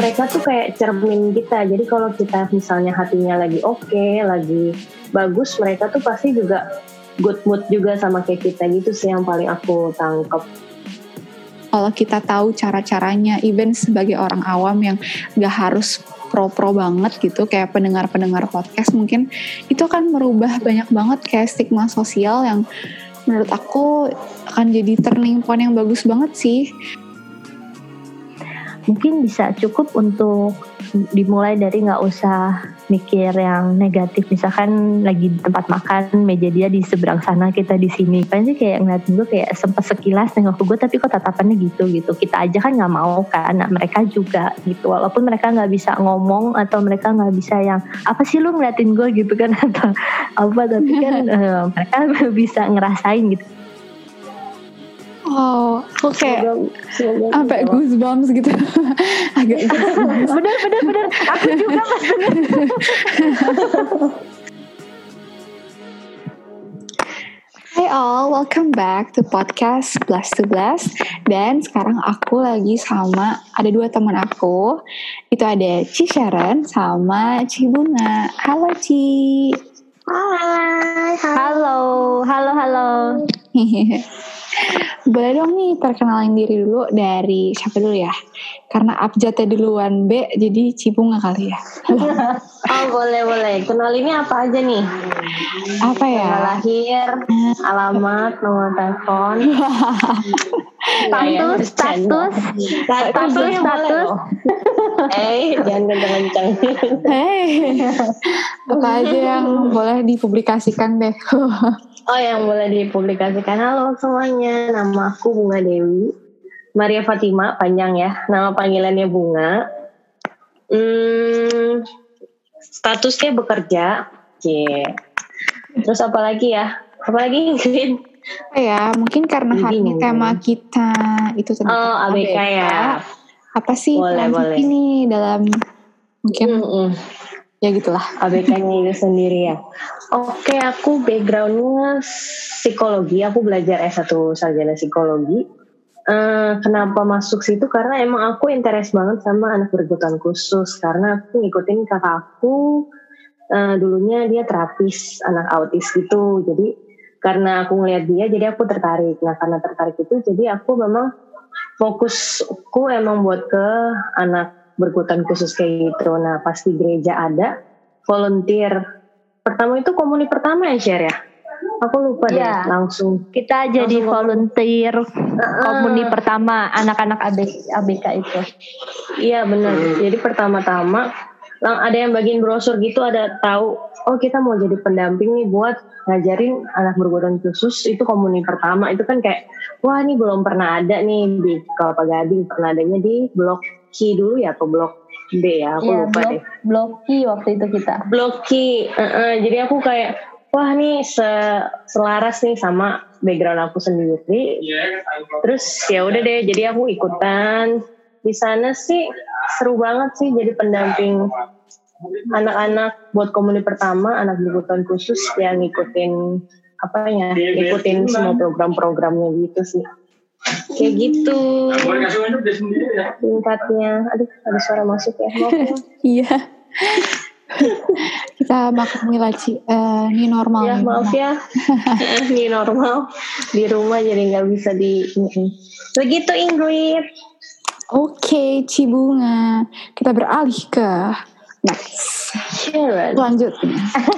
mereka tuh kayak cermin kita. Jadi kalau kita misalnya hatinya lagi oke, lagi bagus, mereka tuh pasti juga good mood juga sama kayak kita gitu sih yang paling aku tangkep. Kalau kita tahu cara-caranya, even sebagai orang awam yang gak harus pro-pro banget gitu, kayak pendengar-pendengar podcast mungkin, itu akan merubah banyak banget kayak stigma sosial yang menurut aku akan jadi turning point yang bagus banget sih. Mungkin bisa cukup untuk dimulai dari nggak usah mikir yang negatif. Misalkan lagi di tempat makan, meja dia di seberang sana, kita di sini. Kan sih kayak ngeliatin gue kayak sempat sekilas nengok ke gue, tapi kok tatapannya gitu. Kita aja kan nggak mau kan, nah, mereka juga gitu. Walaupun mereka nggak bisa ngomong atau mereka nggak bisa yang apa sih lu ngeliatin gue gitu kan atau apa, tapi kan mereka bisa ngerasain gitu. Oh, aku kayak sampai goosebumps gitu. Agak goosebumps. Bener. Aku juga pas denger. Hi all, welcome back to podcast Blast to Blast. Dan sekarang aku lagi sama ada dua teman aku. Itu ada Ci Sharon sama Ci Bunga. Halo Ci. Hai. Halo. Boleh dong nih perkenalin diri dulu dari siapa dulu ya? Karena abjadnya duluan B, jadi Cibunga kali ya. Oh boleh. Kenalinnya apa aja nih? Apa ya? Tanggal lahir, alamat, nomor telepon. Status. Jangan kencang-kencang. Apa aja yang boleh dipublikasikan deh. Oh, yang boleh dipublikasikan. Halo semuanya, nama aku Bunga Dewi Maria Fatima, panjang ya. Nama panggilannya Bunga. Statusnya bekerja. Terus apa lagi ya? Apalagi Ingrid? Ya, mungkin karena hari ini tema kita itu tentang ABK ya. Apa sih boleh. Ini dalam mungkin ya gitulah ABK-nya itu sendiri ya. Oke, aku background-nya psikologi. Aku belajar S1 sarjana psikologi. Kenapa masuk situ? Karena emang aku interest banget sama anak berkebutuhan khusus. Karena aku ngikutin kakakku. Dulunya dia terapis anak autis gitu. Jadi karena aku ngeliat dia, jadi aku tertarik. Nah, karena tertarik itu, jadi aku memang fokusku emang buat ke anak berkebutuhan khusus kayak gitu. Nah, pas di gereja ada volunteer. Pertama itu komuni pertama ya, Share ya? Aku lupa deh, langsung. Kita jadi volunteer komuni pertama anak-anak ABK itu. Iya benar. Jadi pertama-tama ada yang bagiin brosur gitu, ada tahu, oh kita mau jadi pendamping nih buat ngajarin anak berkebutuhan khusus. Itu komuni pertama. Itu kan kayak, wah ini belum pernah ada nih di Kelapa Gading. Pernah adanya di Blok C dulu ya, atau Blok D ya, aku lupa deh. Blok Q waktu itu kita. Blok Q, jadi aku kayak, wah nih selaras nih sama background aku sendiri. Terus ya udah deh, jadi aku ikutan di sana sih, seru banget sih jadi pendamping anak-anak buat komuni pertama, anak berkebutuhan khusus yang ngikutin semua program-programnya gitu sih. Kayak gitu singkatnya. Aduh, ada suara masuk ya, maaf ya. Iya. Kita maklumi lah Ci, ini normal ya, maaf ya. Ini normal di rumah, jadi nggak bisa begitu Ingrid. Oke, Cibunga, kita beralih ke next selanjutnya.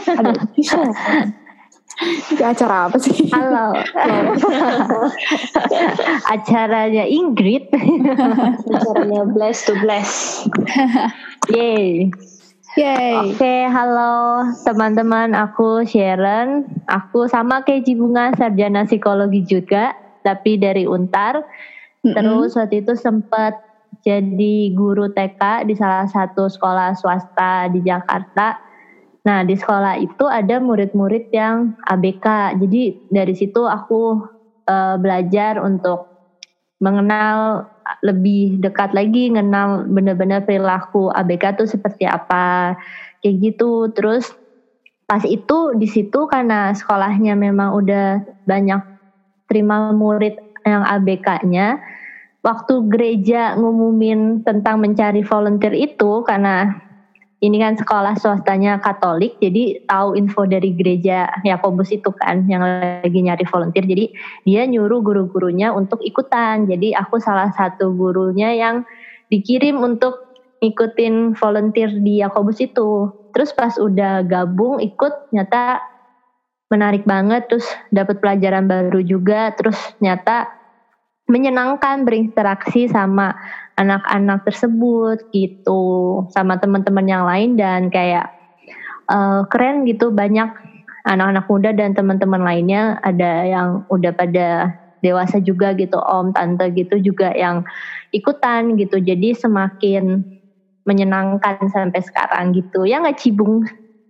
Ini acara apa sih? Halo. Acaranya Ingrid. Acaranya Blast to Blast. Yay. Oke, halo teman-teman, aku Sharon. Aku sama kayak Cibunga, sarjana psikologi juga, tapi dari Untar. Terus waktu itu sempat jadi guru TK di salah satu sekolah swasta di Jakarta. Nah, di sekolah itu ada murid-murid yang ABK. Jadi dari situ aku belajar untuk mengenal lebih dekat lagi, mengenal benar-benar perilaku ABK itu seperti apa, kayak gitu. Terus pas itu di situ karena sekolahnya memang udah banyak terima murid yang ABK-nya, waktu gereja ngumumin tentang mencari volunteer itu, karena ini kan sekolah swastanya Katolik, jadi tahu info dari gereja Yakobus itu kan yang lagi nyari volunteer. Jadi dia nyuruh guru-gurunya untuk ikutan. Jadi aku salah satu gurunya yang dikirim untuk ikutin volunteer di Yakobus itu. Terus pas udah gabung ikut, nyata menarik banget, terus dapat pelajaran baru juga, terus nyata menyenangkan berinteraksi sama anak-anak tersebut gitu, sama teman-teman yang lain, dan kayak keren gitu, banyak anak-anak muda dan teman-teman lainnya, ada yang udah pada dewasa juga gitu, om, tante gitu juga yang ikutan gitu, jadi semakin menyenangkan sampai sekarang gitu, ya nggak Cibunga.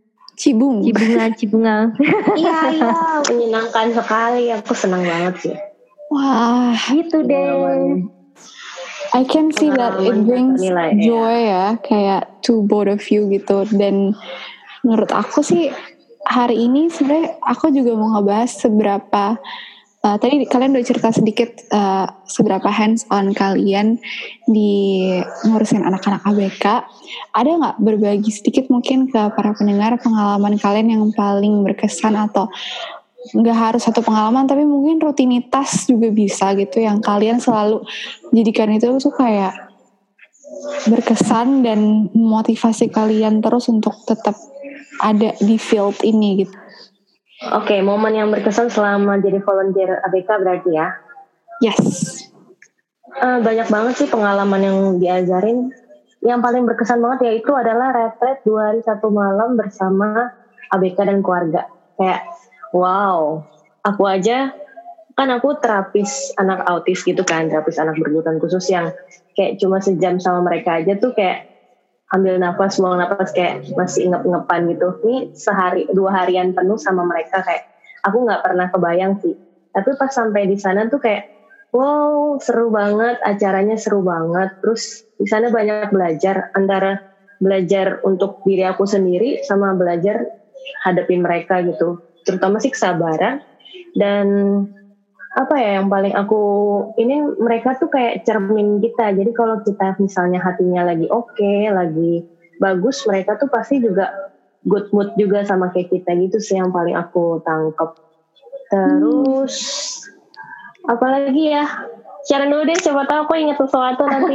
Iya, menyenangkan sekali, aku senang banget sih. Wah, gitu deh. I can see that it brings joy ya, kayak to both of you gitu. Dan menurut aku sih hari ini sebenarnya aku juga mau ngebahas seberapa tadi kalian udah cerita sedikit seberapa hands on kalian di ngurusin anak-anak ABK. Ada nggak berbagi sedikit mungkin ke para pendengar pengalaman kalian yang paling berkesan, atau nggak harus satu pengalaman tapi mungkin rutinitas juga bisa gitu yang kalian selalu jadikan itu tuh kayak berkesan dan memotivasi kalian terus untuk tetap ada di field ini gitu. Oke, momen yang berkesan selama jadi volunteer ABK berarti ya? Yes. Banyak banget sih pengalaman yang diajarin. Yang paling berkesan banget yaitu adalah retret 2 hari 1 malam bersama ABK dan keluarga. Kayak wow, aku aja kan aku terapis anak autis gitu kan, terapis anak berkebutuhan khusus yang kayak cuma sejam sama mereka aja tuh kayak ambil nafas, buang nafas, kayak masih ingep-ingepan gitu. Ini 2 harian penuh sama mereka, kayak aku nggak pernah kebayang sih. Tapi pas sampai di sana tuh kayak wow, seru banget, acaranya seru banget. Terus di sana banyak belajar, antara belajar untuk diri aku sendiri sama belajar hadapin mereka gitu. Terutama sih kesabaran. Dan apa ya yang paling aku ini, mereka tuh kayak cermin kita. Jadi kalau kita misalnya hatinya lagi oke, lagi bagus, mereka tuh pasti juga good mood juga sama kayak kita gitu sih yang paling aku tangkep. Terus apalagi ya, Sharon dulu deh, coba tahu aku ingat sesuatu nanti.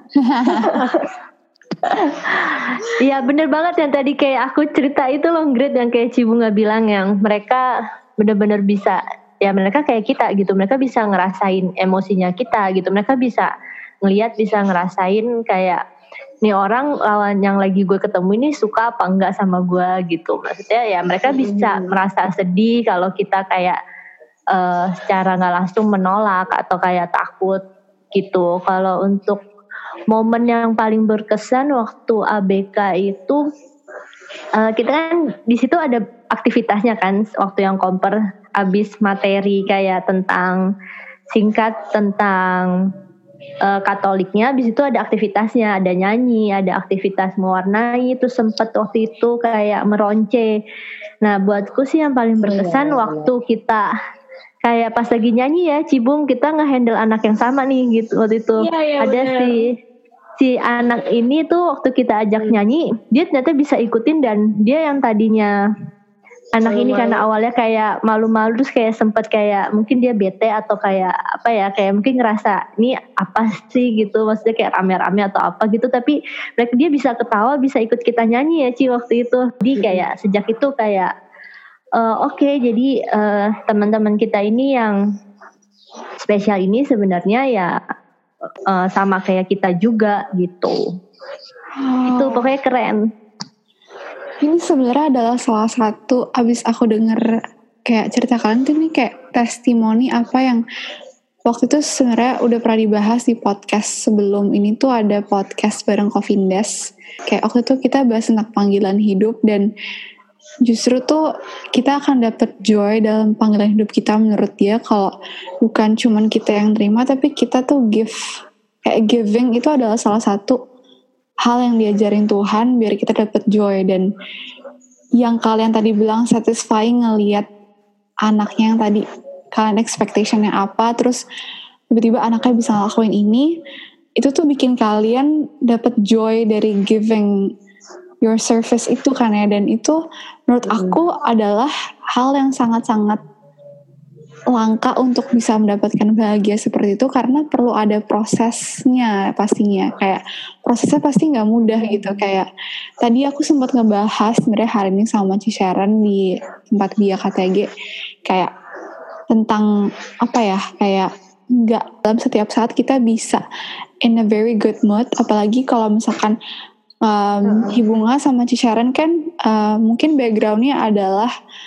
Iya bener banget yang tadi kayak aku cerita itu loh, Gret, yang kayak Cibunga bilang, yang mereka bener-bener bisa, ya mereka kayak kita gitu, mereka bisa ngerasain emosinya kita gitu, mereka bisa ngelihat, bisa ngerasain kayak nih orang lawan yang lagi gue ketemu ini suka apa enggak sama gue gitu. Maksudnya ya mereka bisa merasa sedih kalau kita kayak secara nggak langsung menolak atau kayak takut gitu. Kalau untuk momen yang paling berkesan waktu ABK itu kita kan di situ ada aktivitasnya kan, waktu yang komper abis materi kayak tentang singkat tentang Katoliknya, abis itu ada aktivitasnya, ada nyanyi, ada aktivitas mewarnai, terus sempet waktu itu kayak meronce. Nah buatku sih yang paling berkesan waktu kita kayak pas lagi nyanyi ya Cibung, kita nge-handle anak yang sama nih gitu waktu itu. Ada si anak ini tuh waktu kita ajak nyanyi, dia ternyata bisa ikutin, dan dia yang tadinya anak ini karena awalnya kayak malu-malu, terus kayak sempet kayak mungkin dia bete atau kayak apa ya, kayak mungkin ngerasa ini apa sih gitu, maksudnya kayak rame-rame atau apa gitu, tapi dia bisa ketawa, bisa ikut kita nyanyi ya Ci waktu itu. Jadi kayak sejak itu kayak oke, jadi teman-teman kita ini yang spesial ini sebenarnya ya sama kayak kita juga gitu. Itu pokoknya keren. Ini sebenarnya adalah salah satu, abis aku denger kayak cerita kalian tuh nih kayak testimoni apa yang waktu itu sebenarnya udah pernah dibahas di podcast sebelum ini tuh, ada podcast bareng Kofindes. Kayak waktu itu kita bahas tentang panggilan hidup, dan justru tuh kita akan dapet joy dalam panggilan hidup kita menurut dia kalau bukan cuman kita yang terima, tapi kita tuh giving itu adalah salah satu hal yang diajarin Tuhan biar kita dapet joy. Dan yang kalian tadi bilang satisfying ngelihat anaknya yang tadi kalian expectationnya apa, terus tiba-tiba anaknya bisa ngelakuin ini, itu tuh bikin kalian dapat joy dari giving your service itu kan ya. Dan itu menurut aku adalah hal yang sangat-sangat langka untuk bisa mendapatkan bahagia seperti itu, karena perlu ada prosesnya pastinya. Kayak prosesnya pasti nggak mudah gitu. Kayak tadi aku sempat ngebahas sebenarnya hari ini sama Ci Sharon di tempat Bia KTG, kayak tentang apa ya, kayak nggak dalam setiap saat kita bisa in a very good mood, apalagi kalau misalkan Bunga sama Ci Sharon kan mungkin backgroundnya adalah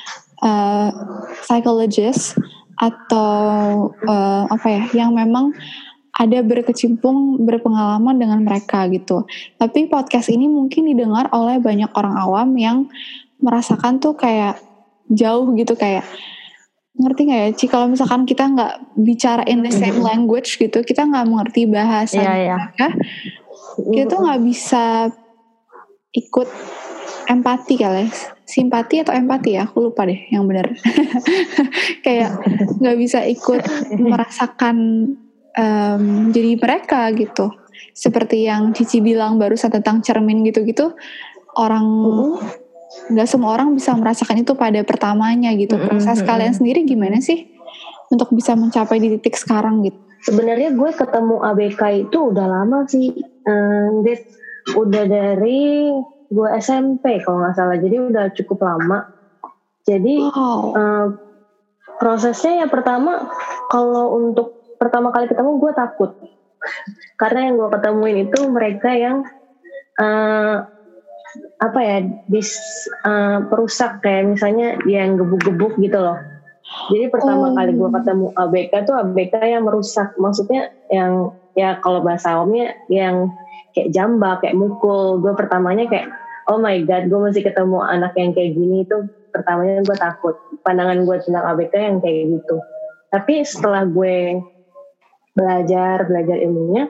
psychologist atau apa ya, yang memang ada berkecimpung berpengalaman dengan mereka gitu. Tapi podcast ini mungkin didengar oleh banyak orang awam yang merasakan tuh kayak jauh gitu, kayak ngerti nggak ya Ci, kalau misalkan kita nggak bicara in the same language gitu, kita nggak mengerti bahasa mereka, kita tuh nggak bisa ikut empati kali, simpati atau empati ya, aku lupa deh yang benar. Kayak nggak bisa ikut merasakan jadi mereka gitu. Seperti yang Cici bilang barusan tentang cermin gitu-gitu, orang nggak semua orang bisa merasakan itu pada pertamanya gitu. Proses kalian sendiri gimana sih untuk bisa mencapai di titik sekarang gitu? Sebenarnya gue ketemu ABK itu udah lama sih, udah dari gue SMP kalau nggak salah, jadi udah cukup lama. Jadi prosesnya ya pertama, kalau untuk pertama kali ketemu gue takut karena yang gue ketemuin itu mereka yang apa ya, perusak, kayak misalnya yang gebuk-gebuk gitu loh. Jadi pertama kali gue ketemu ABK tuh ABK yang merusak, maksudnya yang ya kalau bahasa awamnya yang kayak jambak, kayak mukul. Gue pertamanya kayak oh my god, gue masih ketemu anak yang kayak gini. Itu pertamanya gue takut, pandangan gue tentang ABK yang kayak gitu. Tapi setelah gue belajar ilmunya,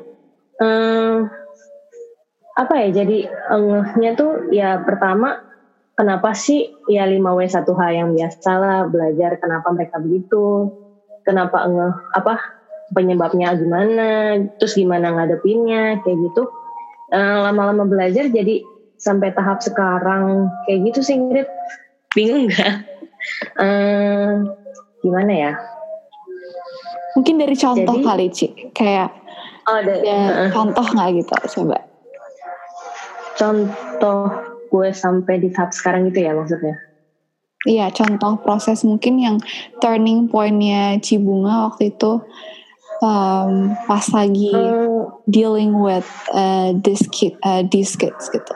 apa ya, jadi ngehnya tuh ya pertama, kenapa sih ya 5W1H yang biasa lah belajar, kenapa mereka begitu, kenapa penyebabnya gimana, terus gimana ngadepinnya kayak gitu. Lama-lama belajar jadi sampai tahap sekarang kayak gitu sih, Ingrid. Bingung nggak? Gimana ya? Mungkin dari contoh jadi, kali Ci, kayak contoh nggak gitu, coba. Contoh gue sampai di tahap sekarang gitu ya maksudnya? Iya, contoh proses mungkin yang turning point-nya Ci Bunga waktu itu pas lagi dealing with these kids gitu.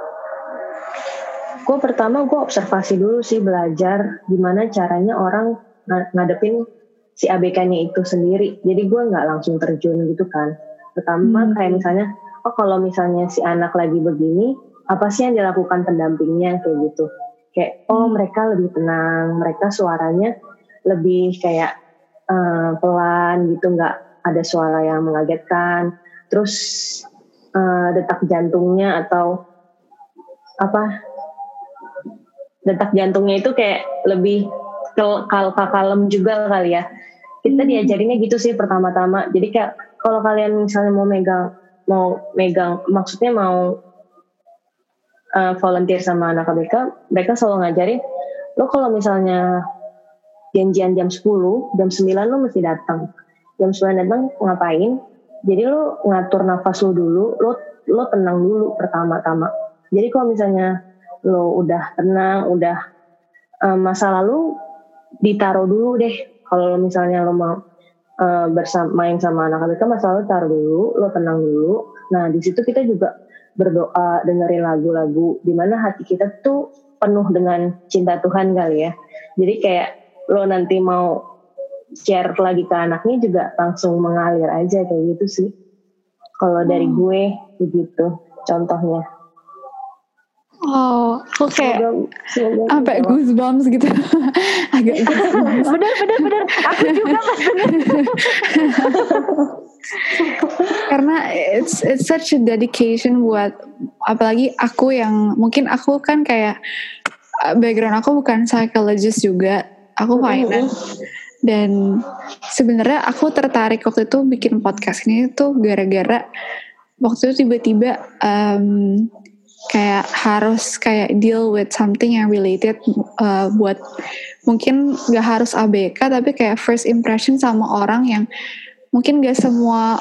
Gue pertama gue observasi dulu sih, belajar gimana caranya orang ngadepin si ABK-nya itu sendiri. Jadi gue nggak langsung terjun gitu kan. Pertama kayak misalnya, kalau misalnya si anak lagi begini, apa sih yang dilakukan pendampingnya kayak gitu. Kayak mereka lebih tenang, mereka suaranya lebih kayak pelan gitu, nggak ada suara yang mengagetkan. Terus detak jantungnya atau detak jantungnya itu kayak lebih kalem juga kali ya. Kita diajarinnya gitu sih pertama-tama. Jadi kayak kalau kalian misalnya mau megang, maksudnya mau volunteer sama anak ABK, mereka selalu ngajarin, lo kalau misalnya janjian jam 10, jam 9 lo mesti datang. Jam 9 datang ngapain? Jadi lo ngatur nafas lo dulu, lo tenang dulu pertama-tama. Jadi kalau misalnya lo udah tenang, udah masa lalu ditaruh dulu deh. Kalau lo misalnya lo mau main sama anak ABK, masa lalu taruh dulu, lo tenang dulu. Nah di situ kita juga berdoa, dengerin lagu-lagu, dimana hati kita tuh penuh dengan cinta Tuhan kali ya. Jadi kayak lo nanti mau share lagi ke anaknya juga langsung mengalir aja kayak gitu sih. Kalau dari gue begitu contohnya. Oh, oke. Sampai goosebumps gitu. Agak goosebumps. Bener. Aku juga Karena it's such a dedication buat, apalagi aku yang mungkin aku kan kayak background aku bukan psychologist juga, aku finance. Dan sebenarnya aku tertarik waktu itu bikin podcast ini tuh gara-gara waktu itu tiba-tiba kayak harus kayak deal with something yang related buat mungkin gak harus ABK tapi kayak first impression sama orang yang mungkin gak semua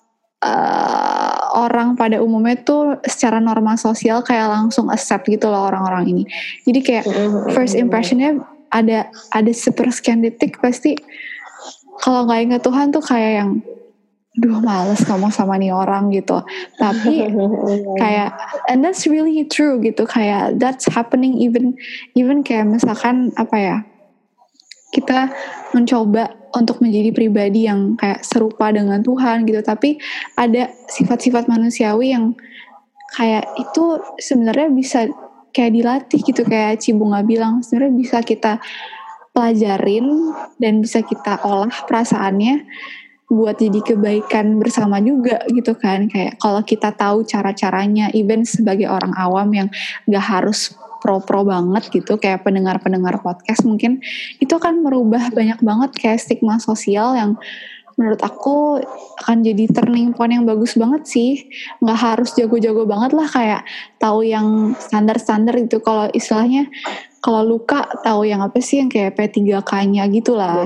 orang pada umumnya tuh secara norma sosial kayak langsung accept gitu loh orang-orang ini. Jadi kayak first impressionnya ada sepersekian detik pasti kalau gak ingat Tuhan tuh kayak yang duh males ngomong sama nih orang gitu. Tapi kayak and that's really true gitu, kayak that's happening even kayak misalkan apa ya, kita mencoba untuk menjadi pribadi yang kayak serupa dengan Tuhan gitu, tapi ada sifat-sifat manusiawi yang kayak itu sebenarnya bisa kayak dilatih gitu, kayak Cibunga bilang sebenarnya bisa kita pelajarin dan bisa kita olah perasaannya buat jadi kebaikan bersama juga gitu kan. Kayak kalau kita tahu cara-caranya, even sebagai orang awam yang gak harus pro-pro banget gitu, kayak pendengar-pendengar podcast mungkin itu akan merubah banyak banget kayak stigma sosial yang menurut aku akan jadi turning point yang bagus banget sih. Gak harus jago-jago banget lah, kayak tahu yang standar-standar gitu. Kalau istilahnya kalau luka tahu yang apa sih yang kayak P3K-nya gitu lah.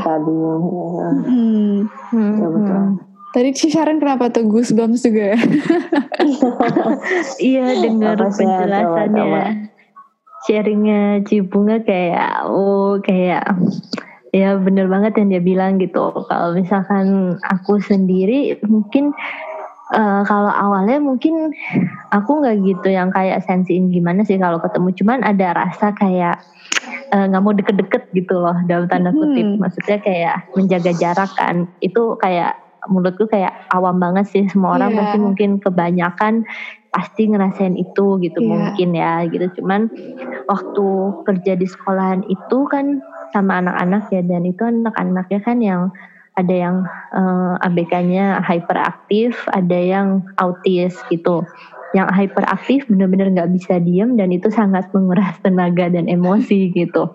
Betul. Tadi Sharon kenapa tuh goosebumps juga? Iya, dengar penjelasannya, sharingnya Cibunga kayak kayak ya bener banget yang dia bilang gitu. Kalau misalkan aku sendiri mungkin kalau awalnya mungkin aku nggak gitu yang kayak sensiin gimana sih kalau ketemu, cuman ada rasa kayak nggak mau deket-deket gitu loh dalam tanda kutip. Maksudnya kayak menjaga jarak kan, itu kayak menurutku kayak awam banget sih, semua orang pasti mungkin kebanyakan pasti ngerasain itu gitu mungkin ya gitu. Cuman waktu kerja di sekolahan itu kan sama anak-anak ya, dan itu anak-anaknya kan yang ada yang ABK-nya hyperaktif, ada yang autis gitu. Yang hyperaktif benar-benar nggak bisa diem dan itu sangat menguras tenaga dan emosi gitu.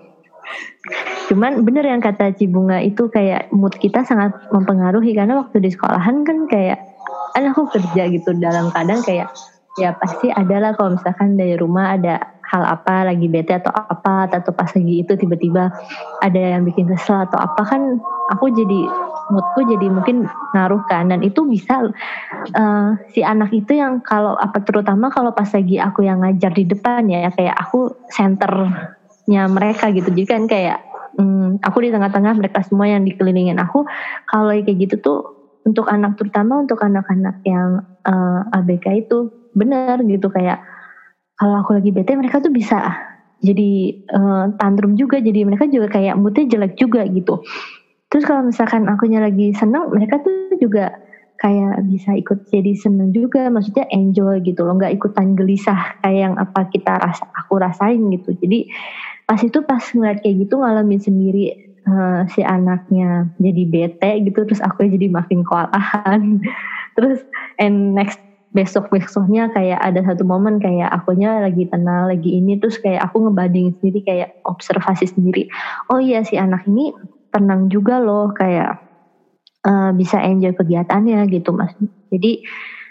Cuman bener yang kata Cibunga itu, kayak mood kita sangat mempengaruhi, karena waktu di sekolahan kan kayak aku kerja gitu dalam keadaan kayak ya pasti adalah kalau misalkan dari rumah ada hal apa, lagi bete atau apa, atau pas lagi itu tiba-tiba ada yang bikin kesel atau apa, kan aku jadi moodku jadi mungkin ngaruh kan. Dan itu bisa si anak itu yang kalau apa, terutama kalau pas lagi aku yang ngajar di depan ya kayak aku senternya mereka gitu, jadi kan kayak aku di tengah-tengah mereka semua yang dikelilingin aku. Kalau kayak gitu tuh untuk anak, terutama untuk anak-anak yang ABK itu benar gitu, kayak kalau aku lagi bete mereka tuh bisa jadi tantrum juga, jadi mereka juga kayak moodnya jelek juga gitu. Terus kalau misalkan akunya lagi senang, mereka tuh juga kayak bisa ikut jadi seneng juga, maksudnya enjoy gitu loh, nggak ikutan gelisah kayak yang apa aku rasain gitu. Jadi pas ngeliat kayak gitu, ngalamin sendiri si anaknya jadi bete gitu, terus aku jadi makin kewalahan. Terus next besoknya kayak ada satu momen kayak akunya lagi tenang, lagi ini, terus kayak aku ngebandingin sendiri, kayak observasi sendiri. Oh iya, si anak ini tenang juga loh, kayak bisa enjoy kegiatannya gitu mas. Jadi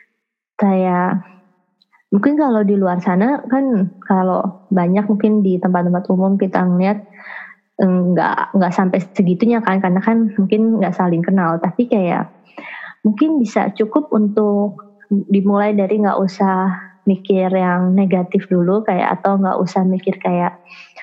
kayak mungkin kalau di luar sana kan, kalau banyak mungkin di tempat-tempat umum kita ngeliat nggak sampai segitunya kan, karena kan mungkin nggak saling kenal. Tapi kayak mungkin bisa cukup untuk dimulai dari nggak usah mikir yang negatif dulu, kayak atau nggak usah mikir kayak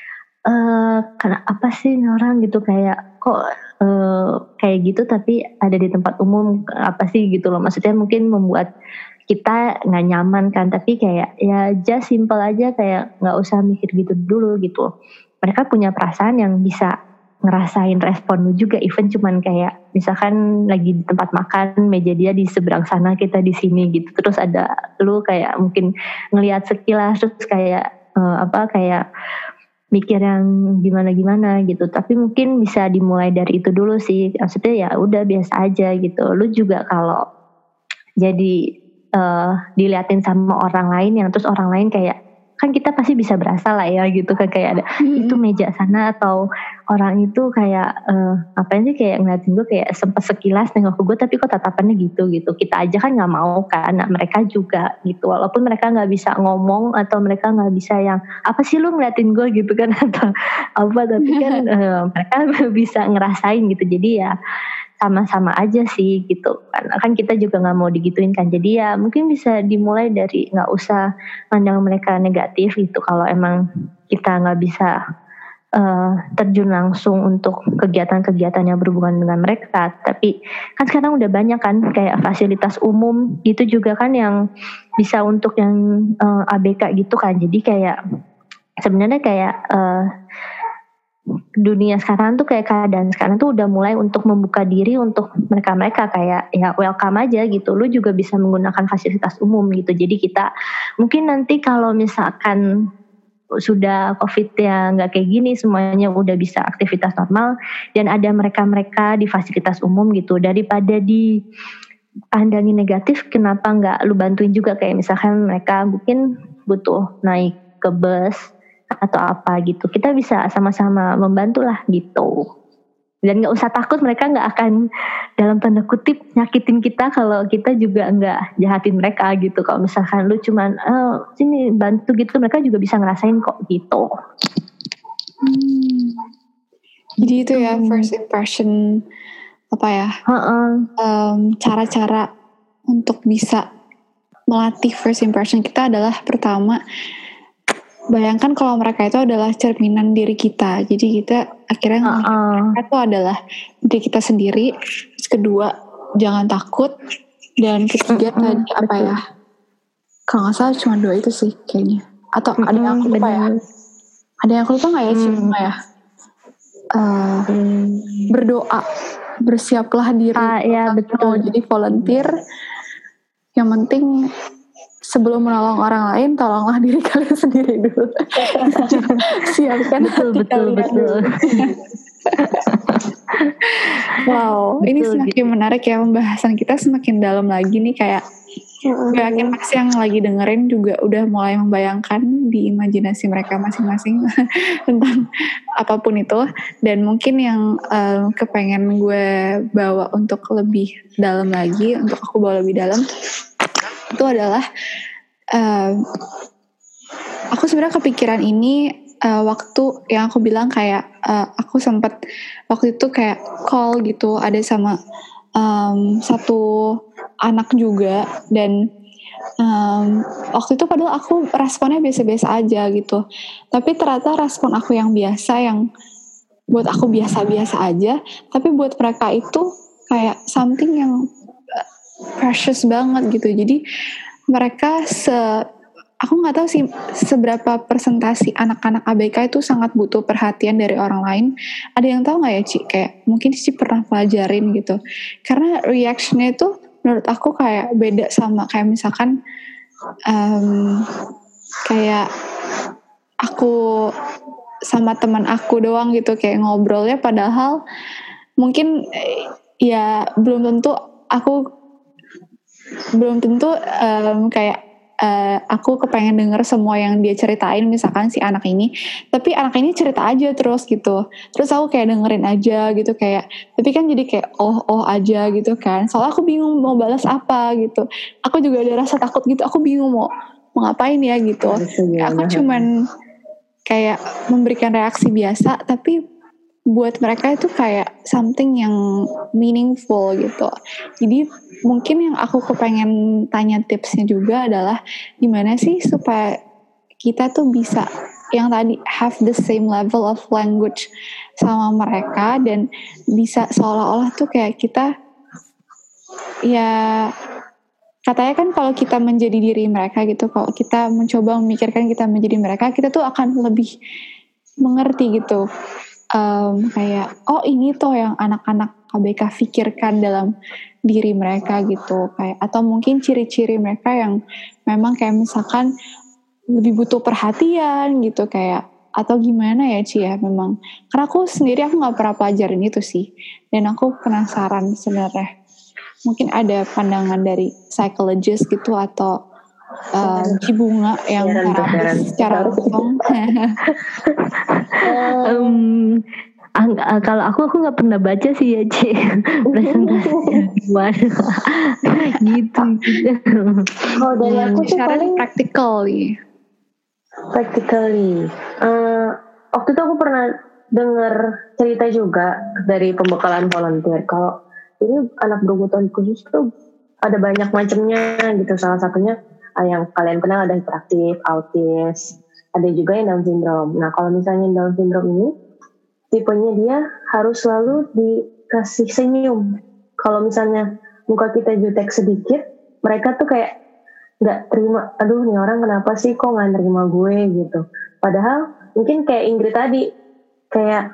karena apa sih orang gitu, kayak kok kayak gitu tapi ada di tempat umum apa sih gitu loh. Maksudnya mungkin membuat kita nggak nyaman kan, tapi kayak ya just simple aja, kayak nggak usah mikir gitu dulu gitu. Mereka punya perasaan yang bisa ngerasain respon lu juga, even cuman kayak misalkan lagi di tempat makan, meja dia di seberang sana, kita di sini gitu, terus ada lu kayak mungkin ngelihat sekilas, terus kayak kayak mikir yang gimana gitu. Tapi mungkin bisa dimulai dari itu dulu sih, maksudnya ya udah biasa aja gitu. Lu juga kalau jadi diliatin sama orang lain yang terus orang lain kayak kan kita pasti bisa berasa lah ya gitu kan, kayak ada itu meja sana atau orang itu kayak ngapain sih, kayak ngeliatin gue kayak sempat sekilas nengok ke gue tapi kok tatapannya gitu. Kita aja kan nggak mau kan, nah mereka juga gitu, walaupun mereka nggak bisa ngomong atau mereka nggak bisa yang apa sih lu ngeliatin gue gitu kan atau apa, tapi kan mereka bisa ngerasain gitu. Jadi ya sama-sama aja sih gitu, karena kan kita juga nggak mau digituin kan. Jadi ya mungkin bisa dimulai dari nggak usah pandang mereka negatif gitu, kalau emang kita nggak bisa terjun langsung untuk kegiatan-kegiatan yang berhubungan dengan mereka. Tapi kan sekarang udah banyak kan kayak fasilitas umum gitu juga kan yang bisa untuk yang ABK gitu kan. Jadi kayak sebenarnya kayak dunia sekarang tuh, kayak keadaan sekarang tuh udah mulai untuk membuka diri untuk mereka kayak ya welcome aja gitu. Lu juga bisa menggunakan fasilitas umum gitu. Jadi kita mungkin nanti kalau misalkan sudah COVID ya nggak kayak gini, semuanya udah bisa aktivitas normal dan ada mereka di fasilitas umum gitu, daripada dipandangi negatif, kenapa nggak lu bantuin juga, kayak misalkan mereka mungkin butuh naik ke bus atau apa gitu, kita bisa sama-sama membantu lah gitu. Dan nggak usah takut, mereka nggak akan dalam tanda kutip nyakitin kita kalau kita juga nggak jahatin mereka gitu. Kalau misalkan lu cuman sini bantu gitu, mereka juga bisa ngerasain kok gitu. Jadi itu ya first impression apa ya? Cara-cara untuk bisa melatih first impression kita adalah pertama, bayangkan kalau mereka itu adalah cerminan diri kita. Jadi kita akhirnya mereka itu adalah diri kita sendiri. Terus kedua, jangan takut. Dan ketiga tadi apa ya? Kalau nggak salah cuma 2 itu sih kayaknya. Atau ada yang aku lupa ya? Ada yang aku lupa nggak ya? Cuma ya? Berdoa. Bersiaplah diri. Ya, betul. Jadi volunteer. Yang penting sebelum menolong orang lain, tolonglah diri kalian sendiri dulu. Siapkan hati kalian dulu. Wow, ini semakin menarik ya pembahasan kita, semakin dalam lagi nih, kayak gue yakin pasti yang lagi dengerin juga udah mulai membayangkan di imajinasi mereka masing-masing tentang apapun itu. Dan mungkin yang kepengen gue bawa untuk lebih dalam lagi, untuk aku bawa lebih dalam, itu adalah aku sebenarnya kepikiran ini waktu yang aku bilang kayak aku sempat waktu itu kayak call gitu, ada sama satu anak juga, dan waktu itu padahal aku responnya biasa-biasa aja gitu, tapi ternyata respon aku yang biasa, yang buat aku biasa-biasa aja, tapi buat mereka itu kayak something yang precious banget gitu. Jadi mereka aku nggak tahu sih seberapa persentasi anak-anak ABK itu sangat butuh perhatian dari orang lain. Ada yang tahu nggak ya Ci? Kayak mungkin Ci pernah pelajarin gitu. Karena reactionnya itu menurut aku kayak beda sama kayak misalkan kayak aku sama teman aku doang gitu, kayak ngobrolnya, padahal mungkin ya belum tentu kayak aku kepengen denger semua yang dia ceritain, misalkan si anak ini, tapi anak ini cerita aja terus gitu, terus aku kayak dengerin aja gitu, kayak tapi kan jadi kayak oh aja gitu kan, soalnya aku bingung mau balas apa gitu, aku juga ada rasa takut gitu, aku bingung mau ngapain ya gitu. Aku cuman kayak memberikan reaksi biasa, tapi buat mereka itu kayak something yang meaningful gitu. Jadi mungkin yang aku kepengen tanya tipsnya juga adalah gimana sih supaya kita tuh bisa yang tadi have the same level of language sama mereka, dan bisa seolah-olah tuh kayak kita ya, katanya kan kalau kita menjadi diri mereka gitu, kalau kita mencoba memikirkan kita menjadi mereka, kita tuh akan lebih mengerti gitu. Kayak ini tuh yang anak-anak ABK pikirkan dalam diri mereka gitu, kayak atau mungkin ciri-ciri mereka yang memang kayak misalkan lebih butuh perhatian gitu, kayak atau gimana ya Ci ya, memang karena aku sendiri aku nggak pernah pelajarin itu sih, dan aku penasaran sebenarnya mungkin ada pandangan dari psikologis gitu atau Cibunga yang terapis secara langsung. Kalau aku nggak pernah baca sih ya Ci presentasinya gimana gitu. Kalau dari aku tuh paling practically. Waktu itu aku pernah dengar cerita juga dari pembekalan volunteer kalau ini anak berkebutuhan khusus tuh ada banyak macamnya gitu. Salah satunya yang kalian kenal ada hiperaktif, autis, ada juga yang Down syndrome. Nah kalau misalnya Down syndrome ini tipenya dia harus selalu dikasih senyum. Kalau misalnya muka kita jutek sedikit, mereka tuh kayak nggak terima. Aduh, nih orang kenapa sih kok nggak nerima gue gitu. Padahal mungkin kayak Ingrid tadi, kayak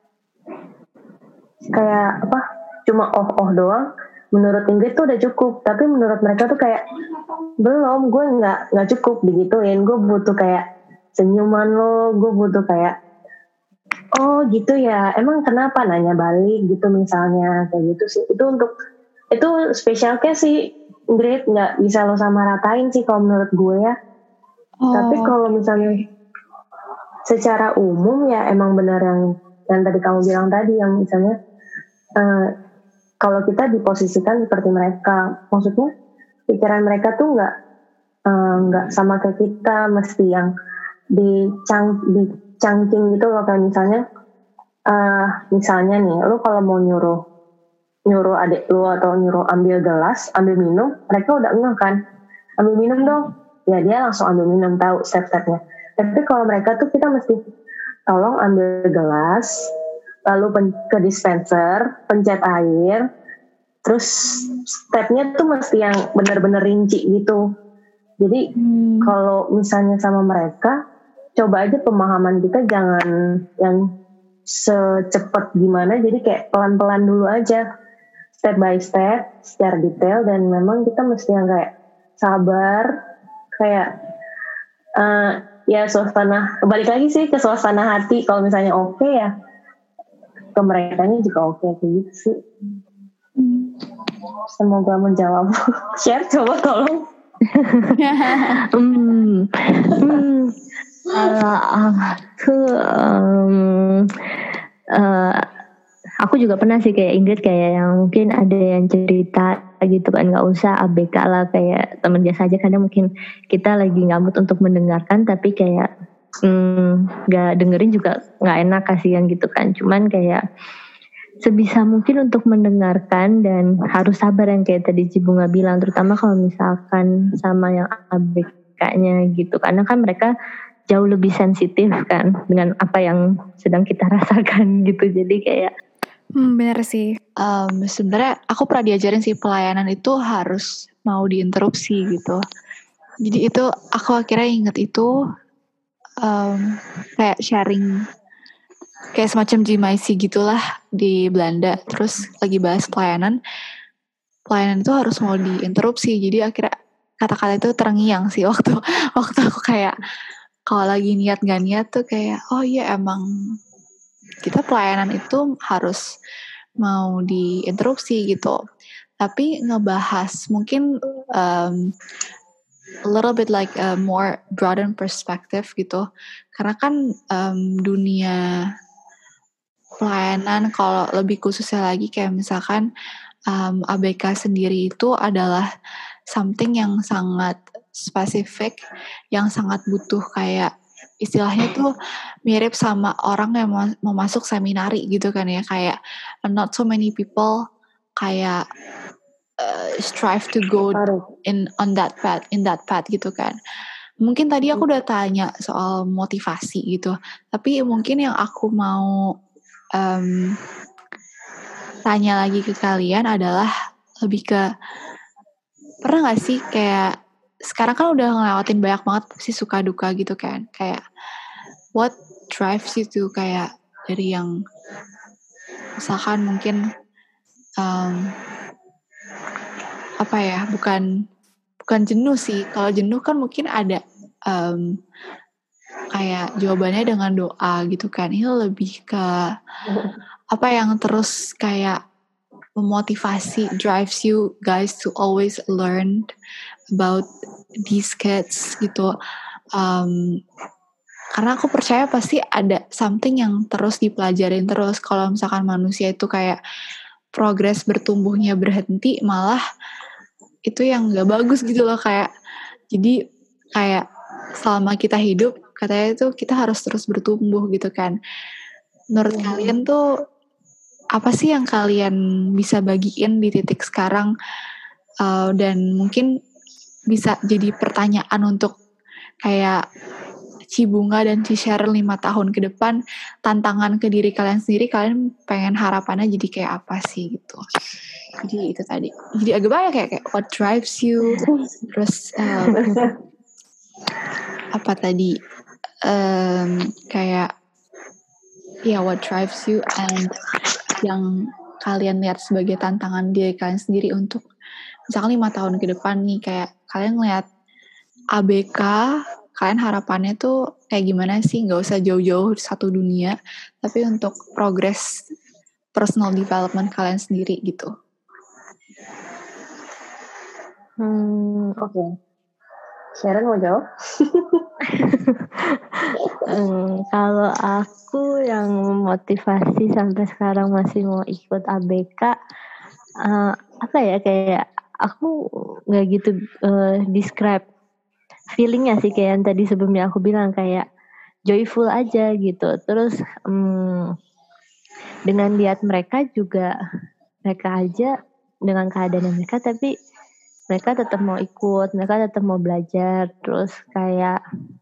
apa? Cuma oh doang. Menurut Ingrid tuh udah cukup, tapi menurut mereka tuh kayak belum. Gue nggak cukup digituin. Gue butuh kayak senyuman lo. Gue butuh kayak oh gitu ya, emang kenapa, nanya balik gitu misalnya, kayak gitu sih. Itu spesial case sih Ingrid, nggak bisa lo sama ratain sih kalau menurut gue ya. Tapi kalau misalnya secara umum ya emang benar yang tadi kamu bilang tadi, yang misalnya kalau kita diposisikan seperti mereka, maksudnya pikiran mereka tuh nggak sama kayak kita, mesti yang dicangking gitu loh. Kayak misalnya nih, lu kalau mau nyuruh adik lu atau nyuruh ambil gelas, ambil minum, mereka udah ngeh kan, ambil minum dong, ya dia langsung ambil minum, tahu step-stepnya. Tapi kalau mereka tuh kita mesti tolong ambil gelas, lalu ke dispenser, pencet air, terus stepnya tuh mesti yang benar-benar rinci gitu. Jadi kalau misalnya sama mereka, coba aja pemahaman kita jangan yang secepat gimana, jadi kayak pelan-pelan dulu aja, step by step, secara detail. Dan memang kita mesti yang kayak sabar, kayak ya suasana, balik lagi sih ke suasana hati. Kalau misalnya oke ya, ke merekanya juga oke, kayak gitu sih. Semoga menjawab. Share, coba tolong. Aku juga pernah sih kayak Ingrid, kayak yang mungkin ada yang cerita gitu kan, nggak usah ABK lah, kayak teman biasa aja. Kadang mungkin kita lagi nggak mood untuk mendengarkan, tapi kayak nggak dengerin juga nggak enak, kasihan gitu kan. Cuman kayak sebisa mungkin untuk mendengarkan, dan harus sabar yang kayak tadi Cibunga bilang, terutama kalau misalkan sama yang ABK-nya gitu, karena kan mereka jauh lebih sensitif kan dengan apa yang sedang kita rasakan gitu. Jadi kayak bener sih. Sebenarnya aku pernah diajarin sih, pelayanan itu harus mau diinterupsi gitu. Jadi itu aku akhirnya inget itu kayak sharing, kayak semacam GMIC gitulah di Belanda. Terus lagi bahas pelayanan itu harus mau diinterupsi. Jadi akhirnya kata-kata itu terngiang sih waktu aku kayak kalau lagi niat gak niat tuh kayak oh iya, emang kita pelayanan itu harus mau diinterupsi gitu. Tapi ngebahas mungkin a little bit like a more broaden perspective gitu. Karena kan dunia pelayanan, kalau lebih khususnya lagi kayak misalkan ABK sendiri itu adalah something yang sangat spesifik, yang sangat butuh kayak istilahnya tuh mirip sama orang yang mau masuk seminari gitu kan ya, kayak not so many people kayak strive to go in that path gitu kan. Mungkin tadi aku udah tanya soal motivasi gitu, tapi mungkin yang aku mau tanya lagi ke kalian adalah lebih ke, pernah gak sih kayak sekarang kan udah ngelewatin banyak banget sih suka duka gitu kan, kayak what drives you to kayak dari yang misalkan mungkin apa ya, bukan jenuh sih. Kalau jenuh kan mungkin ada kayak jawabannya dengan doa gitu kan. Ini lebih ke apa yang terus kayak memotivasi, drives you guys to always learn about these kids gitu. Karena aku percaya pasti ada something yang terus dipelajarin terus. Kalau misalkan manusia itu kayak progres bertumbuhnya berhenti, malah itu yang gak bagus gitu loh. Kayak jadi kayak selama kita hidup katanya itu kita harus terus bertumbuh gitu kan. Menurut kalian tuh apa sih yang kalian bisa bagiin di titik sekarang, dan mungkin bisa jadi pertanyaan untuk kayak Cibunga dan Sharon 5 tahun ke depan, tantangan ke diri kalian sendiri, kalian pengen harapannya jadi kayak apa sih gitu. Jadi itu tadi. Jadi agak banyak kayak what drives you, terus apa tadi, kayak what drives you, and yang kalian lihat sebagai tantangan diri kalian sendiri untuk misalkan 5 tahun ke depan nih, kayak kalian lihat ABK, kalian harapannya tuh kayak gimana sih? Gak usah jauh-jauh satu dunia, tapi untuk progress personal development kalian sendiri gitu. Oke. Sharon mau jawab? Kalau aku yang memotivasi sampai sekarang masih mau ikut ABK, apa ya, kayak aku nggak gitu describe feelingnya sih, kayak yang tadi sebelumnya aku bilang, kayak joyful aja gitu. Terus dengan lihat mereka juga, mereka aja dengan keadaan mereka, tapi mereka tetap mau ikut, mereka tetap mau belajar. Terus kayak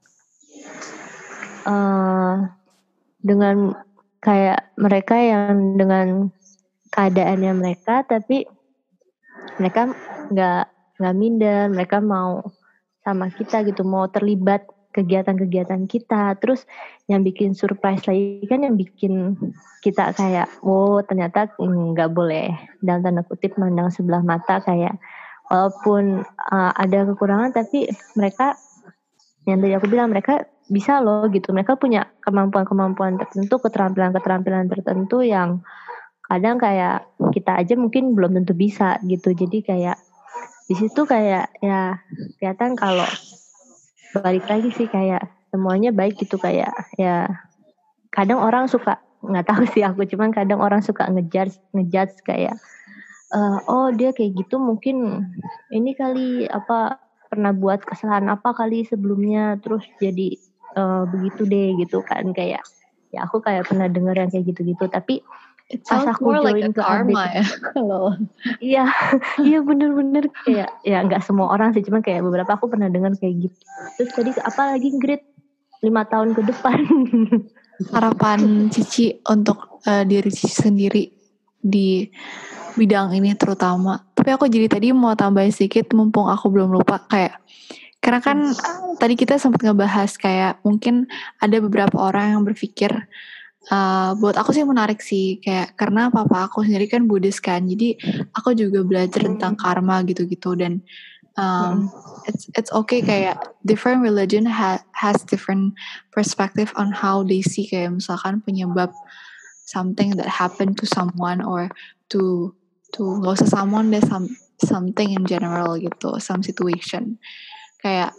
dengan kayak mereka yang dengan keadaannya mereka, tapi mereka nggak minder, mereka mau sama kita gitu, mau terlibat kegiatan-kegiatan kita. Terus yang bikin surprise lagi kan, yang bikin kita kayak ternyata nggak boleh dalam tanda kutip mandang sebelah mata, kayak walaupun ada kekurangan, tapi mereka, yang tadi aku bilang, mereka bisa loh gitu, mereka punya kemampuan-kemampuan tertentu, keterampilan-keterampilan tertentu yang kadang kayak kita aja mungkin belum tentu bisa gitu. Jadi kayak di situ kayak ya kelihatan kalau balik lagi sih, kayak semuanya baik gitu. Kayak ya kadang orang suka, nggak tahu sih aku, cuman kadang orang suka ngejudge kayak dia kayak gitu mungkin ini kali, apa pernah buat kesalahan apa kali sebelumnya, terus jadi begitu deh gitu kan. Kayak ya aku kayak pernah dengar yang kayak gitu-gitu, tapi It pas sounds aku more like a join ke karma ABK, ya kalau iya iya bener-bener kayak ya nggak semua orang sih, cuman kayak beberapa aku pernah dengar kayak gitu. Terus tadi apa lagi, Grit, 5 tahun ke depan? harapan Cici untuk diri Cici sendiri di bidang ini terutama. Tapi aku jadi tadi mau tambahin sedikit, mumpung aku belum lupa, kayak karena kan tadi kita sempat ngebahas kayak mungkin ada beberapa orang yang berpikir, buat aku sih menarik sih, kayak karena papa aku sendiri kan Buddhis kan, jadi aku juga belajar tentang karma gitu-gitu. Dan it's okay, kayak different religion has different perspective on how they see, kayak misalkan penyebab something that happened to someone, or to gak usah someone deh, something in general gitu, some situation. Kayak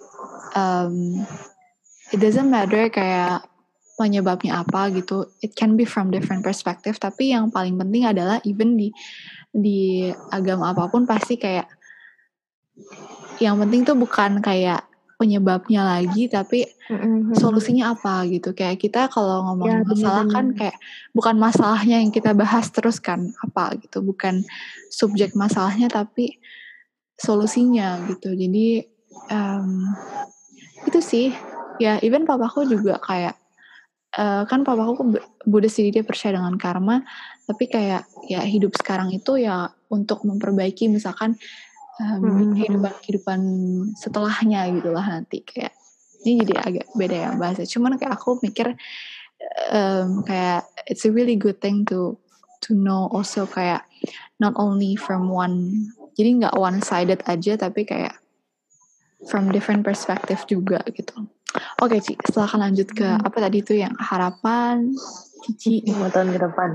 it doesn't matter kayak penyebabnya apa gitu, it can be from different perspective. Tapi yang paling penting adalah even di agama apapun pasti kayak yang penting tuh bukan kayak penyebabnya lagi, tapi solusinya apa gitu. Kayak kita kalau ngomongin masalah kan kayak bukan masalahnya yang kita bahas terus kan apa gitu, bukan subjek masalahnya tapi solusinya gitu. Jadi itu sih ya, even papaku juga kayak kan papaku Buddhis, jadi dia percaya dengan karma, tapi kayak ya hidup sekarang itu ya untuk memperbaiki misalkan kehidupan setelahnya gitulah nanti. Kayak ini jadi agak beda ya bahasa, cuman kayak aku mikir kayak it's a really good thing to know also, kayak not only from one, jadi nggak one sided aja, tapi kayak from different perspective juga gitu. Oke, Ci, silahkan lanjut ke apa tadi itu yang harapan Cici 5 tahun ke depan.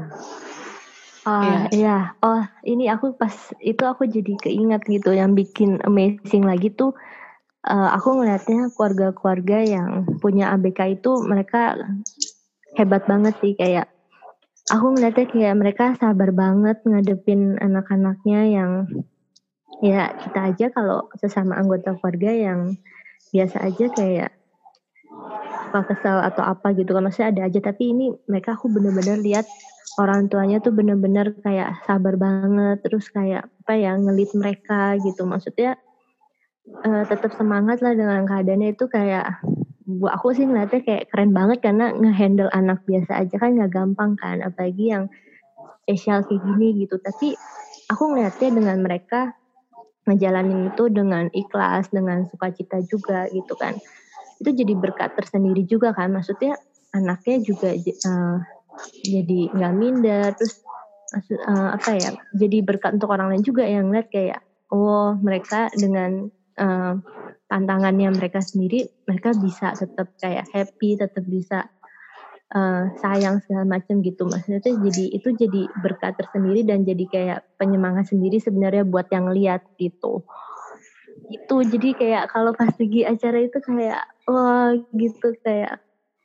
Iya. Ini aku pas itu aku jadi keingat gitu, yang bikin amazing lagi tuh aku ngelihatnya keluarga-keluarga yang punya ABK itu mereka hebat banget sih, kayak aku ngeliatnya kayak mereka sabar banget ngadepin anak-anaknya yang ya kita aja kalau sesama anggota keluarga yang biasa aja kayak kesel atau apa gitu kan, maksudnya ada aja, tapi ini mereka aku bener-bener lihat orang tuanya tuh bener-bener kayak sabar banget, terus kayak apa ya, ngelit mereka gitu, maksudnya tetap semangat lah dengan keadaannya itu. Kayak buat aku sih ngeliatnya kayak keren banget karena ngehandle anak biasa aja kan nggak gampang kan, apalagi yang spesial kayak gini gitu. Tapi aku ngeliatnya dengan mereka ngejalanin itu dengan ikhlas, dengan sukacita juga gitu kan. Itu jadi berkat tersendiri juga kan, maksudnya anaknya juga jadi nggak minder, terus apa ya, jadi berkat untuk orang lain juga yang ngeliat kayak oh mereka dengan tantangannya mereka sendiri, mereka bisa tetap kayak happy, tetap bisa sayang segala macam gitu, maksudnya tuh itu jadi berkat tersendiri dan jadi kayak penyemangat sendiri sebenarnya buat yang lihat gitu. Itu jadi kayak kalau pas lagi acara itu kayak wah gitu, kayak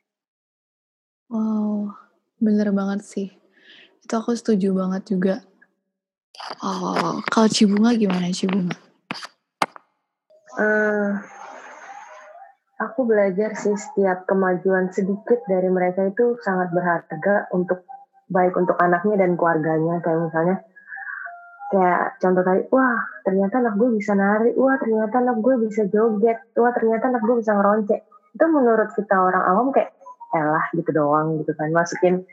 Wow, bener banget sih. Itu aku setuju banget juga. Oh, kalau Cibunga gimana Cibunga? Aku belajar sih setiap kemajuan sedikit dari mereka itu sangat berharga untuk baik untuk anaknya dan keluarganya. Kayak misalnya kayak contoh tadi, wah ternyata anak gue bisa nari, wah ternyata anak gue bisa joget, wah ternyata anak gue bisa ngeroncek. Itu menurut kita orang awam kayak elah gitu doang gitu kan, masukin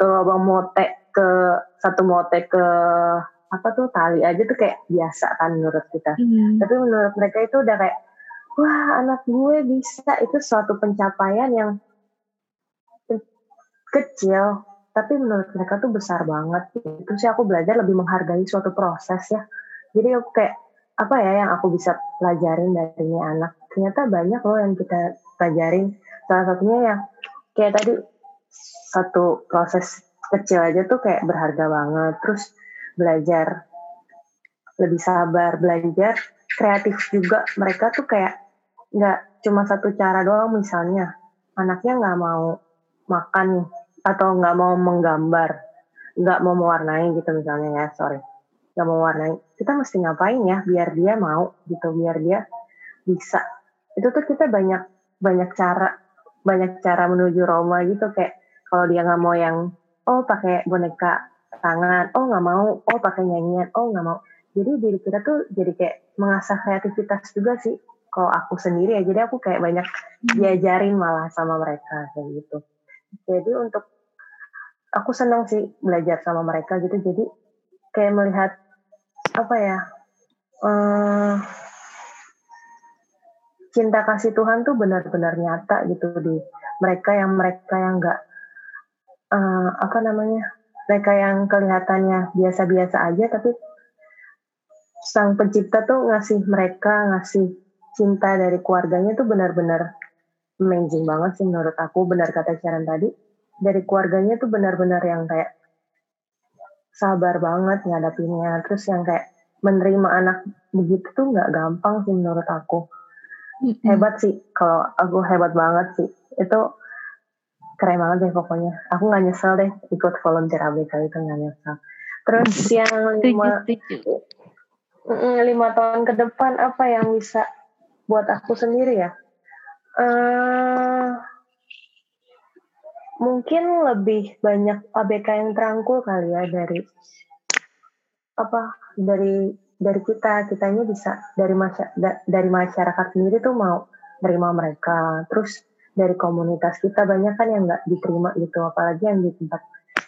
satu mote ke apa tuh tali aja tuh kayak biasa kan menurut kita. Tapi menurut mereka itu udah kayak wah anak gue bisa, itu suatu pencapaian yang kecil tapi menurut mereka tuh besar banget. Itu sih aku belajar lebih menghargai suatu proses ya. Jadi aku kayak apa ya yang aku bisa pelajarin dari ini anak, ternyata banyak loh yang kita pelajarin. Salah satunya yang kayak tadi, satu proses kecil aja tuh kayak berharga banget. Terus belajar lebih sabar, belajar kreatif juga. Mereka tuh kayak nggak cuma satu cara doang, misalnya anaknya nggak mau makan nih atau nggak mau menggambar, nggak mau mewarnai gitu misalnya ya, nggak mau mewarnai, kita mesti ngapain ya biar dia mau gitu, biar dia bisa. Itu tuh kita banyak cara menuju Roma gitu, kayak kalau dia nggak mau yang pakai boneka tangan, nggak mau, pakai nyanyian, nggak mau. Jadi diri kita tuh jadi kayak mengasah kreativitas juga sih. Kalau aku sendiri ya, jadi aku kayak banyak diajarin malah sama mereka kayak gitu. Jadi untuk aku senang sih belajar sama mereka gitu. Jadi kayak melihat apa ya, cinta kasih Tuhan tuh benar-benar nyata gitu di mereka yang nggak mereka yang kelihatannya biasa-biasa aja, tapi Sang Pencipta tuh ngasih cinta dari keluarganya tuh benar-benar amazing banget sih menurut aku. Benar kata Sharon tadi, dari keluarganya tuh benar-benar yang kayak sabar banget ngadapinnya, terus yang kayak menerima anak begitu tuh nggak gampang sih menurut aku. Hebat sih, kalau aku hebat banget sih, itu keren banget deh pokoknya. Aku nggak nyesel deh ikut volunteer ABK itu, nggak nyesel. Terus yang 5 tahun ke depan apa yang bisa buat aku sendiri ya? Mungkin lebih banyak ABK yang terangkul kali ya, dari kitanya bisa dari masyarakat sendiri tuh mau nerima mereka. Terus dari komunitas kita banyak kan yang nggak diterima gitu, apalagi yang di tempat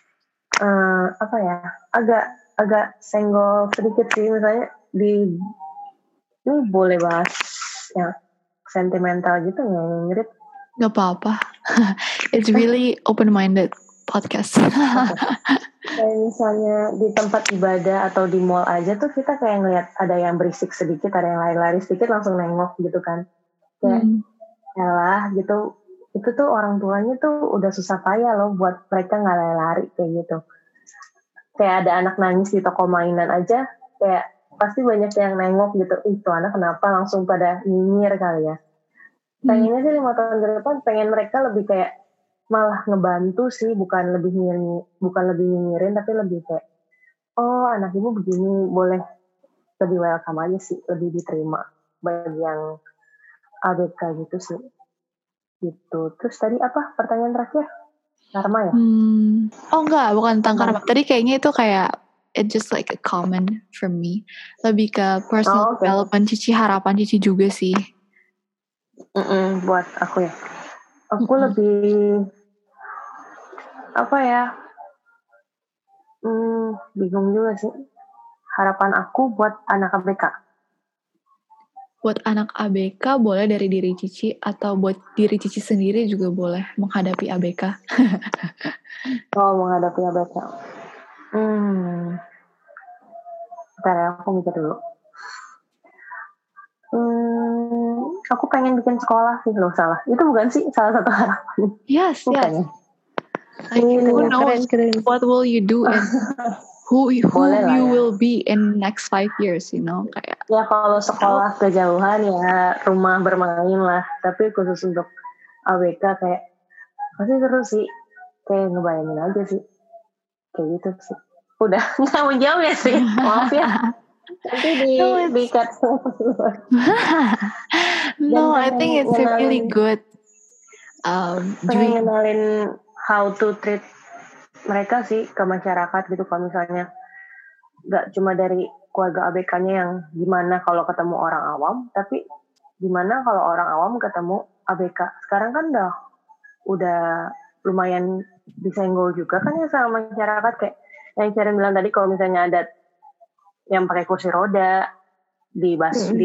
agak senggol sedikit sih, misalnya ini boleh bahas yang sentimental gitu nggak, Ingrid? Gak apa-apa. It's really open-minded podcast. Kayak misalnya di tempat ibadah atau di mall aja tuh kita kayak ngeliat ada yang berisik sedikit, ada yang lari-lari sedikit langsung nengok gitu kan. Kayak yalah gitu. Itu tuh orang tuanya tuh udah susah payah loh buat mereka nggak lari-lari kayak gitu. Kayak ada anak nangis di toko mainan aja, kayak pasti banyak yang nengok gitu, itu anak kenapa langsung pada nyinyir kali ya. Pengennya sih 5 tahun ke depan pengen mereka lebih kayak malah ngebantu sih, bukan lebih nyinyirin, tapi lebih kayak, oh anak ibu begini, boleh lebih welcome aja sih, lebih diterima bagi yang ABK gitu sih. Gitu. Terus tadi apa pertanyaan terakhir? Karma ya? Oh enggak, bukan tentang karma. Tadi kayaknya itu kayak it just like a comment from me. Lebih ke personal development Cici, harapan Cici juga sih. Buat aku ya. Aku lebih apa ya? Bingung juga sih. Harapan aku buat anak ABK. Buat anak ABK boleh dari diri Cici, atau buat diri Cici sendiri juga boleh menghadapi ABK. Menghadapi ABK. Bentar ya, aku mikir dulu. Aku pengen bikin sekolah sih, loh salah. Itu bukan sih salah satu harapan? Yes, bukan yes. Ya? Who knows what will you do and who you will be in next 5 years, you know, kayak. Ya kalau sekolah kejauhan ya rumah bermain lah, tapi khusus untuk ABK kayak pasti seru sih, kayak ngebayangin aja sih, kayak gitu sih. Udah nggak mau jawab ya sih, maaf ya. Nanti di cut. No, I think it's really good. Pengen ngenalin how to treat mereka sih ke masyarakat gitu, kalau misalnya nggak cuma dari keluarga ABK-nya yang gimana kalau ketemu orang awam, tapi gimana kalau orang awam ketemu ABK. Sekarang kan udah lumayan disenggol juga kan ya sama masyarakat, kayak yang Sharon bilang tadi, kalau misalnya ada yang pakai kursi roda di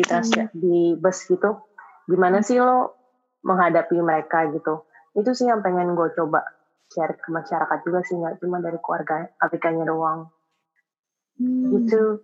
bus gitu, gimana sih lo menghadapi mereka gitu. Itu sih yang pengen gue coba share ke masyarakat juga sih, nggak cuma dari keluarga ABK-nya doang. Gitu.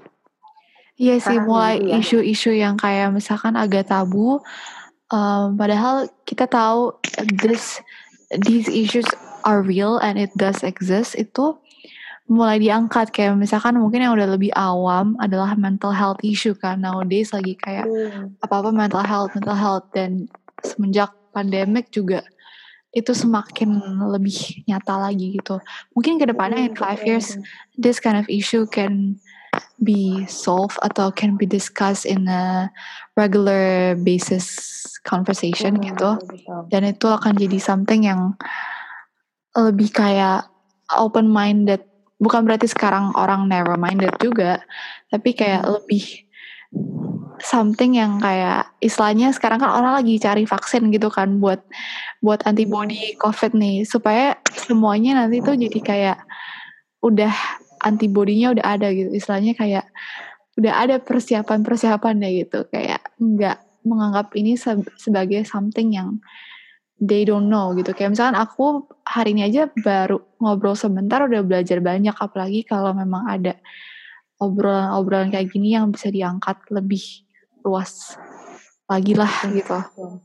Iya sih, mulai isu-isu yang kayak misalkan agak tabu, padahal kita tahu these issues are real and it does exist, itu mulai diangkat. Kayak misalkan mungkin yang udah lebih awam adalah mental health issue kan, nowadays lagi kayak apa-apa mental health, dan semenjak pandemic juga itu semakin lebih nyata lagi gitu. Mungkin kedepannya in 5 years this kind of issue can be solved atau can be discussed in a regular basis conversation gitu. Dan itu akan jadi something yang lebih kayak open minded. Bukan berarti sekarang orang narrow minded juga, tapi kayak lebih something yang kayak istilahnya sekarang kan orang lagi cari vaksin gitu kan buat antibody COVID nih, supaya semuanya nanti tuh jadi kayak udah antibodinya udah ada gitu, istilahnya kayak udah ada persiapan-persiapannya gitu, kayak nggak menganggap ini sebagai something yang they don't know gitu. Kayak misalkan aku hari ini aja baru ngobrol sebentar udah belajar banyak, apalagi kalau memang ada obrolan kayak gini yang bisa diangkat lebih luas lagi lah gitu.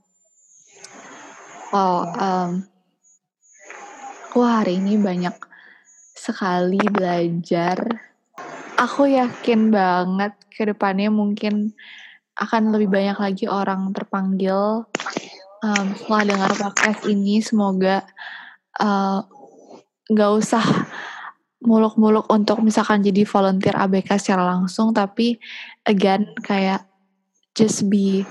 Aku hari ini banyak sekali belajar. Aku yakin banget ke depannya mungkin akan lebih banyak lagi orang terpanggil setelah dengar podcast ini. Semoga gak usah muluk-muluk untuk misalkan jadi volunteer ABK secara langsung, tapi again kayak just be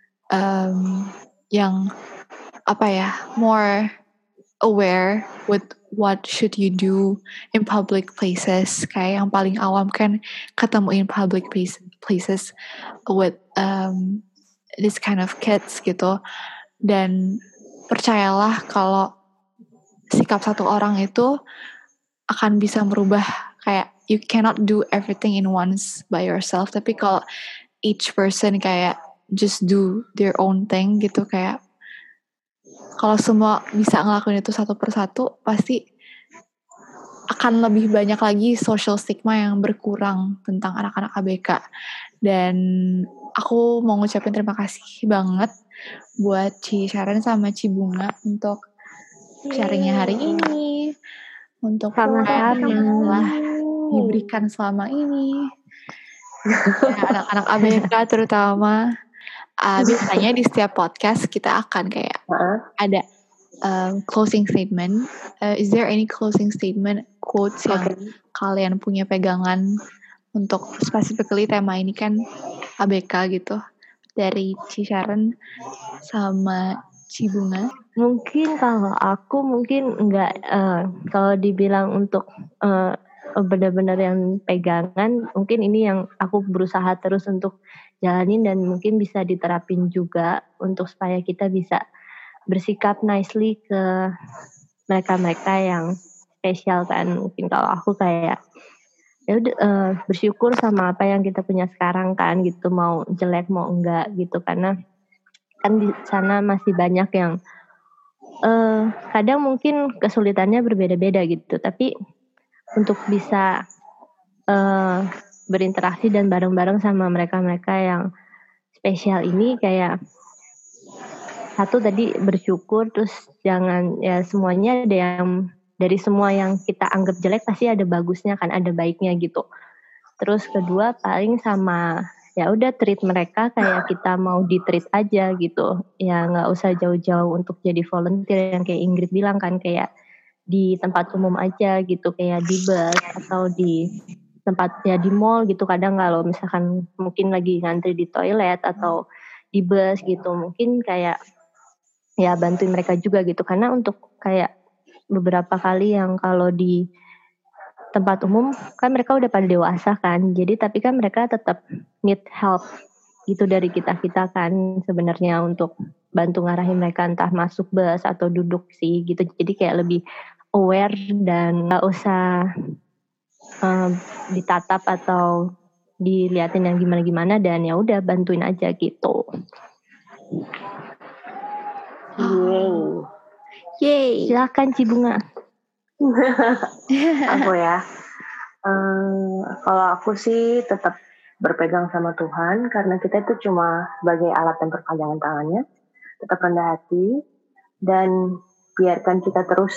yang apa ya, more aware with what should you do in public places. Kayak yang paling awam kan ketemu in public places with this kind of kids gitu. Dan percayalah kalau sikap satu orang itu akan bisa merubah. Kayak you cannot do everything in once by yourself, tapi kalau each person kayak just do their own thing gitu, kayak kalau semua bisa ngelakuin itu satu persatu, pasti akan lebih banyak lagi social stigma yang berkurang tentang anak-anak ABK. Dan aku mau ngucapin terima kasih banget buat Ci Sharon sama Ci Bunga untuk sharingnya hari ini, untuk sama-sama yang telah diberikan selama ini. anak-anak ABK terutama. Biasanya di setiap podcast kita akan kayak ada closing statement. Is there any closing statement quotes yang kalian punya pegangan untuk specifically tema ini kan ABK gitu, dari Ci Sharon sama Ci Bunga? Mungkin kalau aku enggak, kalau dibilang untuk benar-benar yang pegangan, mungkin ini yang aku berusaha terus untuk jalanin dan mungkin bisa diterapin juga untuk supaya kita bisa bersikap nicely ke mereka-mereka yang spesial kan. Mungkin kalau aku kayak ya udah bersyukur sama apa yang kita punya sekarang kan gitu, mau jelek mau enggak gitu, karena kan di sana masih banyak yang kadang mungkin kesulitannya berbeda-beda gitu, tapi untuk bisa berinteraksi dan bareng-bareng sama mereka-mereka yang spesial ini, kayak satu tadi bersyukur, terus jangan ya semuanya ada yang dari semua yang kita anggap jelek pasti ada bagusnya kan, ada baiknya gitu. Terus kedua paling sama ya udah treat mereka kayak kita mau di-treat aja gitu. Ya nggak usah jauh-jauh untuk jadi volunteer yang kayak Ingrid bilang kan, kayak di tempat umum aja gitu, kayak di bus atau di tempat ya di mall gitu. Kadang kalau misalkan mungkin lagi ngantri di toilet atau di bus gitu, mungkin kayak ya bantuin mereka juga gitu. Karena untuk kayak beberapa kali yang kalau di tempat umum kan mereka udah pada dewasa kan, jadi tapi kan mereka tetap need help gitu dari kita kan sebenarnya untuk bantu ngarahin mereka entah masuk bus atau duduk sih gitu. Jadi kayak lebih aware dan nggak usah ditatap atau diliatin yang gimana dan ya udah bantuin aja gitu. Yay. Silakan Ci Bunga. Aku ya. Kalau aku sih tetap berpegang sama Tuhan, karena kita itu cuma sebagai alat dan perpanjangan tangannya. Tetap rendah hati dan biarkan kita terus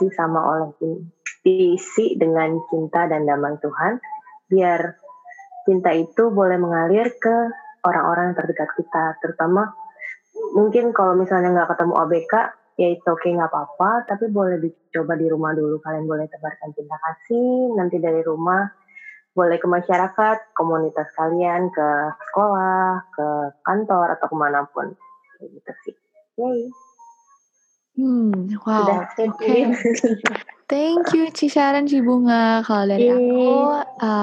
diisi dengan cinta dan damai Tuhan. Biar cinta itu boleh mengalir ke orang-orang yang terdekat kita, terutama mungkin kalau misalnya nggak ketemu ABK, ya itu oke, nggak apa-apa, tapi boleh dicoba di rumah dulu. Kalian boleh tebarkan cinta kasih, nanti dari rumah boleh ke masyarakat, komunitas kalian, ke sekolah, ke kantor, atau kemanapun. Kayak gitu sih. Yay. Wow. Sudah, okay. Thank you Ci Sharon, Ci Bunga. Kalau dari aku,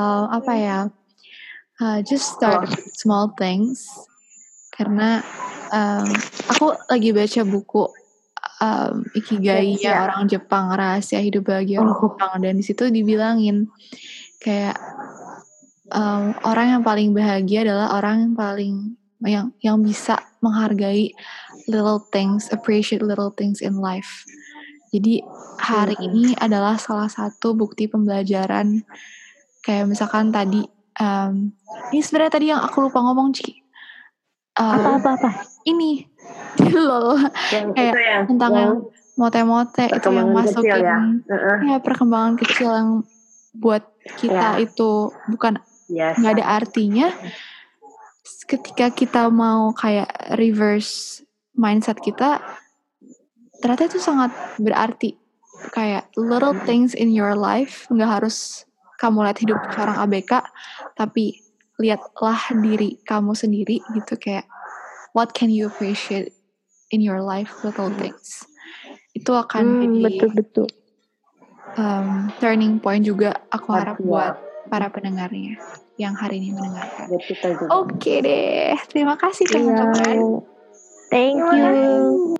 just start small things. Karena aku lagi baca buku Ikigai-nya orang Jepang, rahasia hidup bahagia orang Jepang, dan di situ dibilangin kayak orang yang paling bahagia adalah orang yang paling yang bisa menghargai little things, appreciate little things in life. Jadi hari ini adalah salah satu bukti pembelajaran. Kayak misalkan tadi, ini sebenarnya tadi yang aku lupa ngomong Ci. Apa? Ini lol, kayak tentang yang mote-mote itu yang masukin perkembangan kecil yang buat kita itu bukan nggak ada artinya. Ketika kita mau kayak reverse mindset kita, ternyata itu sangat berarti. Kayak little things in your life, nggak harus kamu lihat hidup seorang ABK, tapi lihatlah diri kamu sendiri gitu, kayak what can you appreciate in your life, little things. Itu akan jadi betul. Turning point juga aku harap buat para pendengarnya yang hari ini mendengarkan. Oke deh, terima kasih teman-teman. Thank you.